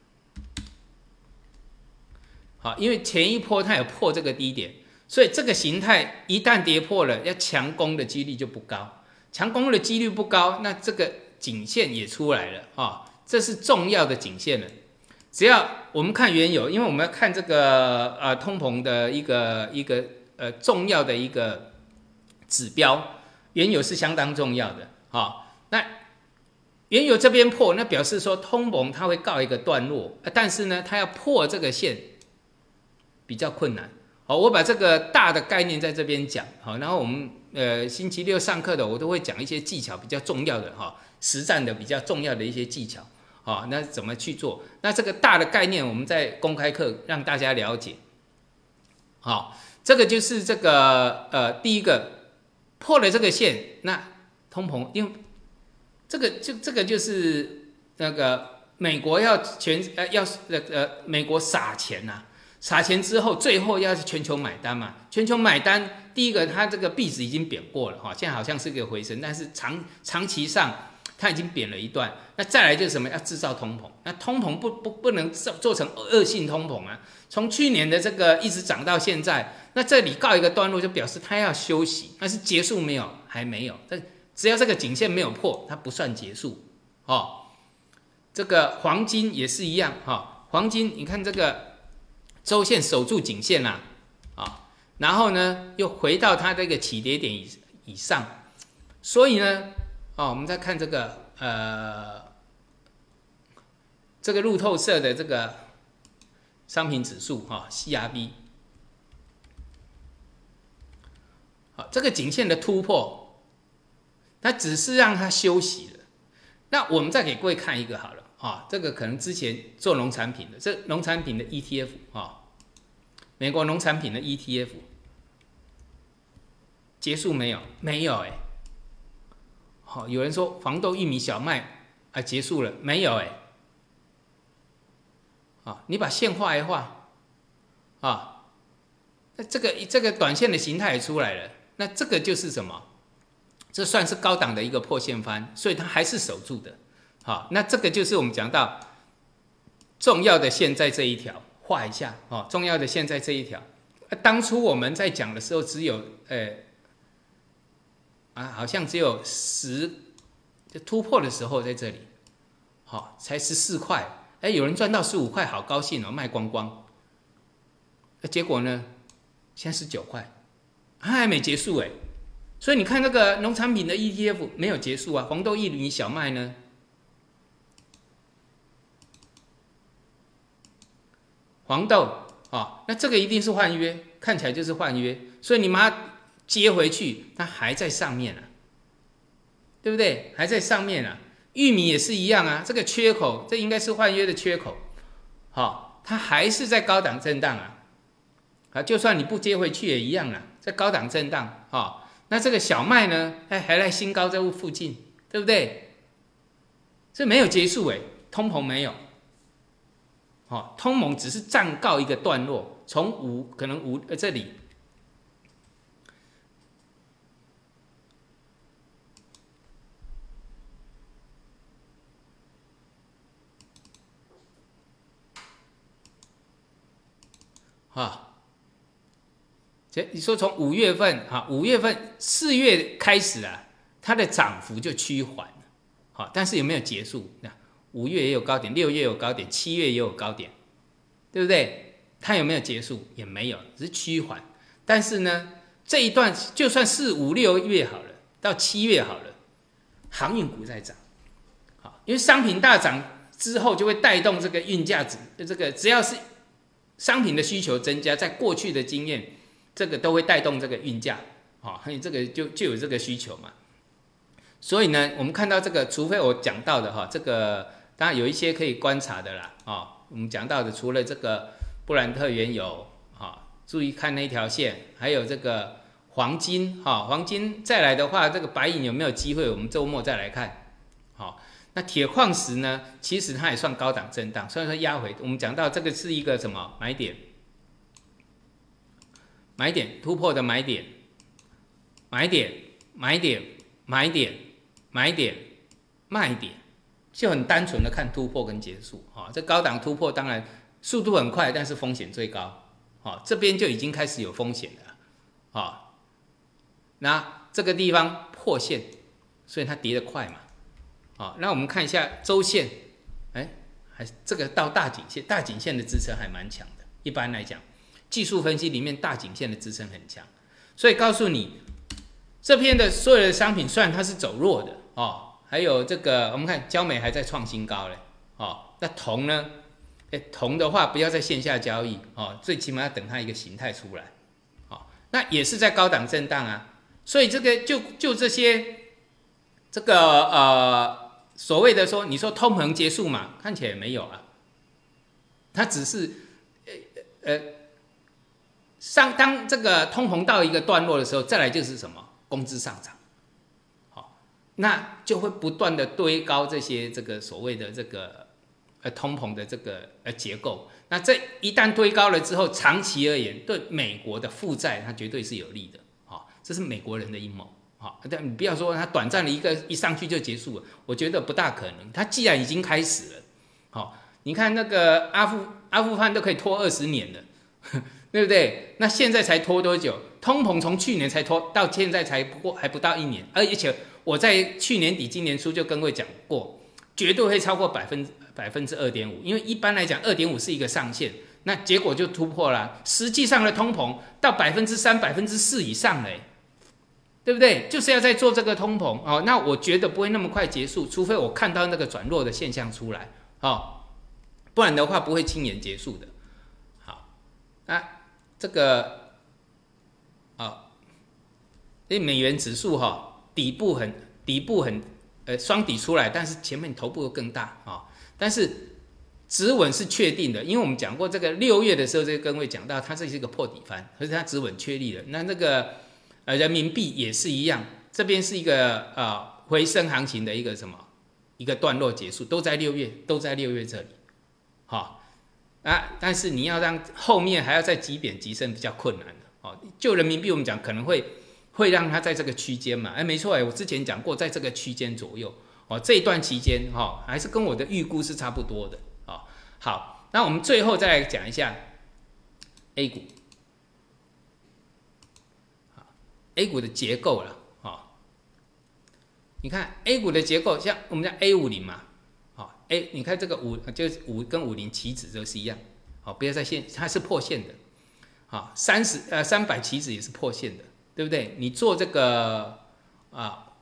好，因为前一波它有破这个低点，所以这个形态一旦跌破了，要强攻的几率就不高。强攻的几率不高，那这个颈线也出来了啊。哦，这是重要的颈线了。只要我们看原油，因为我们要看这个呃通膨的一个一个呃重要的一个指标，原油是相当重要的。好、哦，那原油这边破，那表示说通膨它会告一个段落，但是呢，它要破这个线比较困难。好，我把这个大的概念在这边讲。好，然后我们呃星期六上课的我都会讲一些技巧比较重要的哈，实战的比较重要的一些技巧。好，那怎么去做？那这个大的概念，我们在公开课让大家了解。好，这个就是这个呃，第一个破了这个线，那通膨，因为这个就这个就是那个美国要全呃要呃美国撒钱呐、啊，撒钱之后，最后要全球买单嘛。全球买单，第一个它这个币值已经贬过了哈，现在好像是个回升，但是长长期上。它已经贬了一段，那再来就是什么？要制造通膨。那通膨不不不能做成恶性通膨啊！从去年的这个一直涨到现在，那这里告一个段落，就表示它要休息，但是结束没有？还没有。但只要这个颈线没有破，它不算结束。哦，这个黄金也是一样哈、哦。黄金，你看这个周线守住颈线啦、啊，啊、哦，然后呢又回到它这个起跌点以以上，所以呢。哦，我们再看这个呃，这个路透社的这个商品指数哈、哦、C R B， 好，这个颈线的突破，它只是让它休息了。那我们再给各位看一个好了啊、哦，这个可能之前做农产品的，这农产品的 E T F 啊、哦，美国农产品的 E T F 结束没有？没有哎、欸。好、哦，有人说黄豆、玉米、小麦啊结束了没有？哎，啊，你把线画一画，啊， 那这个这个短线的形态也出来了，那这个就是什么？这算是高档的一个破线翻，所以它还是守住的。好，那这个就是我们讲到重要的线在这一条，画一下哦。重要的线在这一条。当初我们在讲的时候，只有呃啊，好像只有十，就突破的时候在这里，好，才十四块。哎，有人赚到十五块，好高兴哦，卖光光。结果呢，现在十九块，它还没结束哎。所以你看那个农产品的 E T F 没有结束啊，黄豆、薏米、小麦呢？黄豆啊、哦，那这个一定是换约，看起来就是换约，所以你把它接回去，它还在上面啊，对不对？还在上面啊。玉米也是一样啊，这个缺口，这应该是换约的缺口，好、哦，它还是在高档震荡啊，啊，就算你不接回去也一样啊，在高档震荡，哈、哦。那这个小麦呢，哎，还在新高这附近，对不对？这没有结束哎，通膨没有，哦，通膨只是暂告一个段落，从五可能五呃这里，哈。你说从五月份啊，五月份四月开始啊，它的涨幅就趋缓了，好，但是有没有结束？那五月也有高点，六月也有高点，七月也有高点，对不对？它有没有结束？也没有，只是趋缓。但是呢，这一段就算是五六月好了，到七月好了，航运股在涨，好，因为商品大涨之后就会带动这个运价值，这个只要是商品的需求增加，在过去的经验。这个都会带动这个运价，好、哦，这个就就有这个需求嘛。所以呢，我们看到这个，除非我讲到的哈，这个当然有一些可以观察的啦，啊、哦，我们讲到的除了这个布兰特原油，哈、哦，注意看那一条线，还有这个黄金，哈、哦，黄金再来的话，这个白银有没有机会？我们周末再来看，好、哦，那铁矿石呢，其实它也算高档震荡，虽然说压回，我们讲到这个是一个什么买点。买点突破的买点，买点买点买点买点卖点，就很单纯的看突破跟结束啊、哦。这高档突破当然速度很快，但是风险最高啊、哦。这边就已经开始有风险了啊、哦。那这个地方破线，所以它跌得快嘛。好、哦，那我们看一下周线，哎，还这个到大颈线，大颈线的支撑还蛮强的，一般来讲。技术分析里面大颈线的支撑很强，所以告诉你，这篇的所有的商品虽然它是走弱的哦，还有这个我们看焦煤还在创新高嘞哦，那铜呢？哎，铜的话不要在线下交易哦，最起码要等它一个形态出来，哦，那也是在高档震荡啊，所以这个就就这些这个呃所谓的说，你说通膨结束嘛，看起来也没有啊，它只是呃呃。上当这个通膨到一个段落的时候，再来就是什么？工资上涨，好，那就会不断的堆高这些这个所谓的这个呃通膨的这个呃结构。那这一旦堆高了之后，长期而言对美国的负债它绝对是有利的，好，这是美国人的阴谋，好，但你不要说它短暂的一个一上去就结束了，我觉得不大可能。它既然已经开始了，好，你看那个阿富阿富汗都可以拖二十年了。对不对？那现在才拖多久？通膨从去年才拖到现在才不过还不到一年，而且我在去年底、今年初就跟各位讲过，绝对会超过百分百分之二点五，因为一般来讲二点五是一个上限，那结果就突破了。实际上的通膨到百分之三、百分之四以上嘞，对不对？就是要在做这个通膨哦。那我觉得不会那么快结束，除非我看到那个转弱的现象出来哦，不然的话不会轻言结束的。好，那。这个啊，这美元指数哈、哦，底部很底部很呃双底出来，但是前面头部又更大啊、哦。但是止稳是确定的，因为我们讲过这个六月的时候，这个各位讲到它这是一个破底翻，可是它止稳确立了。那那个呃人民币也是一样，这边是一个呃回升行情的一个什么一个段落结束，都在六月，都在六月这里，好、哦。 啊，但是你要让后面还要再急贬急升比较困难的哦。就人民币我们讲可能会会让它在这个区间嘛，哎，没错哎，我之前讲过，在这个区间左右哦，这一段期间哈、哦，还是跟我的预估是差不多的哦。好，那我们最后再来讲一下 A 股。A 股的结构了，哦，你看 A 股的结构，像我们讲 A 五十 嘛，哦 ，A 你看这个五就是五跟五零期指都是一样，好、哦，不要再线，它是破线的，好，三十呃三百期指也是破线的，对不对？你做这个啊，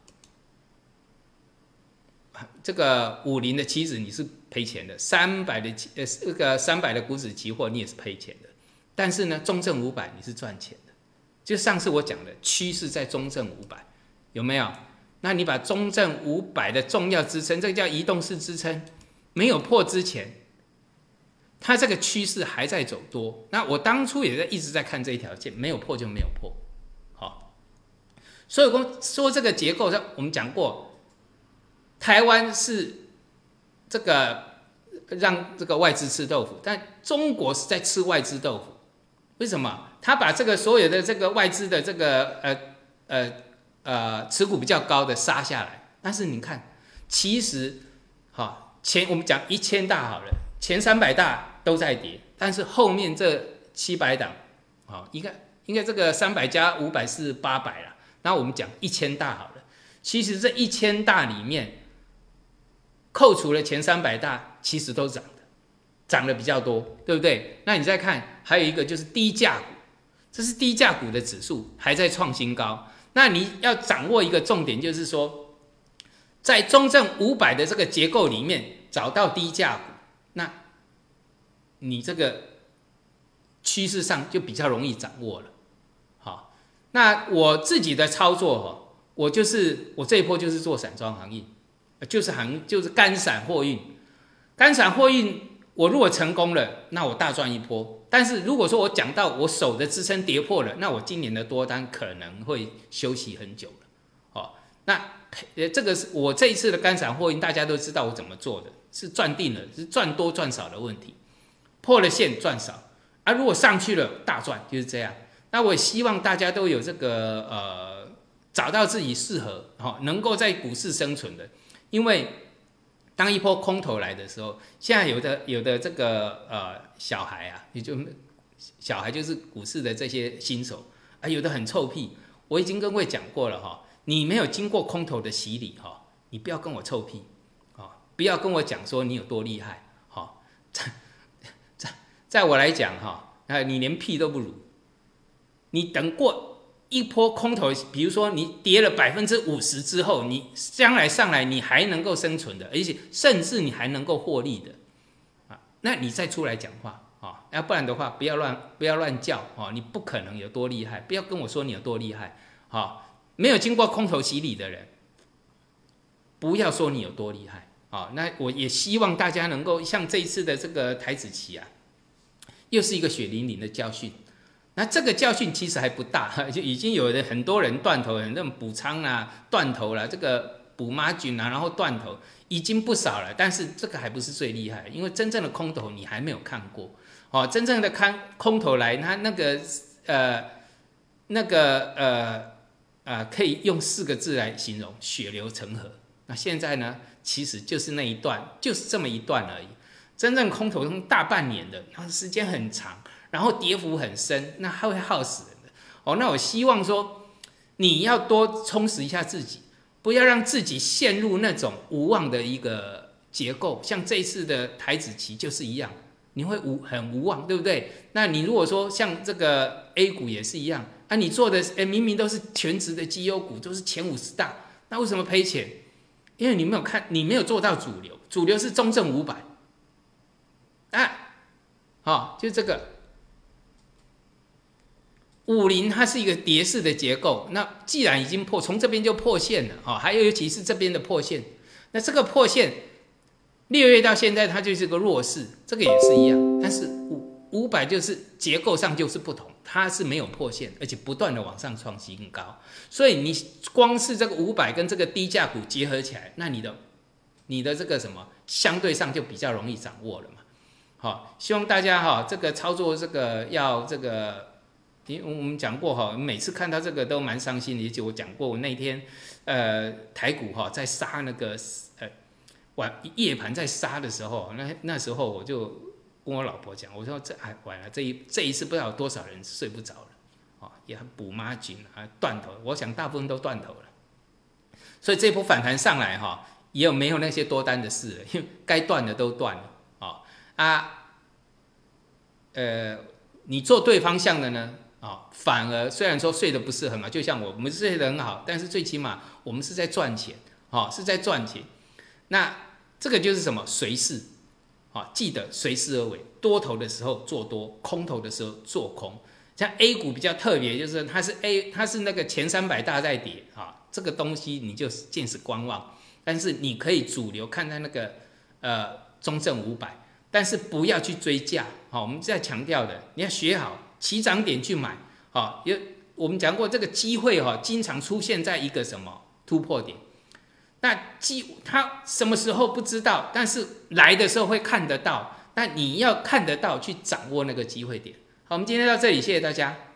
这个五零的期指你是赔钱的，三百的呃这个三百的股指期货你也是赔钱的，但是呢，中证五百你是赚钱的。就上次我讲的趋势在中证五百，有没有？那你把中证五百的重要支撑，这个叫移动式支撑，没有破之前，它这个趋势还在走多。那我当初也在一直在看这一条线，没有破就没有破，好。所以说说这个结构上，我们讲过，台湾是这个让这个外资吃豆腐，但中国是在吃外资豆腐。为什么？他把这个所有的这个外资的这个呃呃呃持股比较高的杀下来，但是你看，其实好前我们讲一千大好了，前三百大都在跌，但是后面这七百档，好，应该应该这个三百加五百是八百了，然后我们讲一千大好了，其实这一千大里面，扣除了前三百大，其实都涨的，涨的比较多，对不对？那你再看，还有一个就是低价股。这是低价股的指数还在创新高，那你要掌握一个重点，就是说，在中证五百的这个结构里面找到低价股，那你这个趋势上就比较容易掌握了。好，那我自己的操作哈，我就是我这一波就是做散装航运，就是航就是干散货运，干散货运我如果成功了，那我大赚一波。但是如果说我讲到我手的支撑跌破了，那我今年的多单可能会休息很久了。哦，那这个是我这一次的干散货运，大家都知道我怎么做的，是赚定了，是赚多赚少的问题。破了线赚少，啊，如果上去了大赚，就是这样。那我也希望大家都有这个呃，找到自己适合，哦，能够在股市生存的，因为。当一波空头来的时候，现在有的有的这个呃小孩啊，也就小孩就是股市的这些新手啊，有的很臭屁。我已经跟各位讲过了哈，你没有经过空头的洗礼哈，你不要跟我臭屁啊，不要跟我讲说你有多厉害哈，在在在我来讲哈，啊你连屁都不如，你等过。一波空头，比如说你跌了百分之五十之后，你将来上来你还能够生存的，而且甚至你还能够获利的，啊，那你再出来讲话啊，要不然的话不要乱不要乱叫啊，你不可能有多厉害，不要跟我说你有多厉害，啊，没有经过空头洗礼的人，不要说你有多厉害啊。那我也希望大家能够像这一次的这个台指期啊，又是一个血淋淋的教训。那这个教训其实还不大，就已经有的很多人断头，很多人补仓啊、断头了，这个补马菌啊，然后断头已经不少了。但是这个还不是最厉害，因为真正的空头你还没有看过哦。真正的看空头来，它那个呃那个呃呃，可以用四个字来形容：血流成河。那现在呢，其实就是那一段，就是这么一段而已。真正空头用大半年的，然后时间很长。然后跌幅很深，那还会耗死人的哦。那我希望说，你要多充实一下自己，不要让自己陷入那种无望的一个结构。像这一次的台指期就是一样，你会无很无望，对不对？那你如果说像这个 A 股也是一样，啊，你做的诶明明都是全职的绩优股，都是前五十大，那为什么赔钱？因为你没有看，你没有做到主流，主流是中证五百，啊，好、哦，就这个。五零它是一个跌势的结构，那既然已经破，从这边就破线了啊，还有尤其是这边的破线，那这个破线六月到现在它就是个弱势，这个也是一样，但是五五百就是结构上就是不同，它是没有破线，而且不断的往上创新高，所以你光是这个五百跟这个低价股结合起来，那你的你的这个什么相对上就比较容易掌握了嘛。 好，希望大家哈这个操作这个要这个，因为我们讲过哈，每次看到这个都蛮伤心的。也就我讲过，我那天呃台股哈在杀那个呃晚夜盘在杀的时候，那那时候我就跟我老婆讲，我说这哎完了，这一这一次不知道有多少人睡不着了，哦也补妈紧啊断头，我想大部分都断头了。所以这波反弹上来哈，也有没有那些多单的事了，因为该断的都断了。啊，呃，你做对方向的呢，啊、哦，反而虽然说睡得不是很好，就像我们睡得很好，但是最起码我们是在赚钱，哦，是在赚钱。那这个就是什么？随势，啊、哦，记得随势而为，多头的时候做多，空头的时候做空。像 A 股比较特别，就是它是 A， 它是那个前三百大在跌啊、哦，这个东西你就见识观望，但是你可以主流看在那个呃中证五百。但是不要去追价，好，我们在强调的，你要学好起涨点去买，好，有我们讲过这个机会哈，经常出现在一个什么突破点，那机它什么时候不知道，但是来的时候会看得到，那你要看得到去掌握那个机会点。好，我们今天到这里，谢谢大家。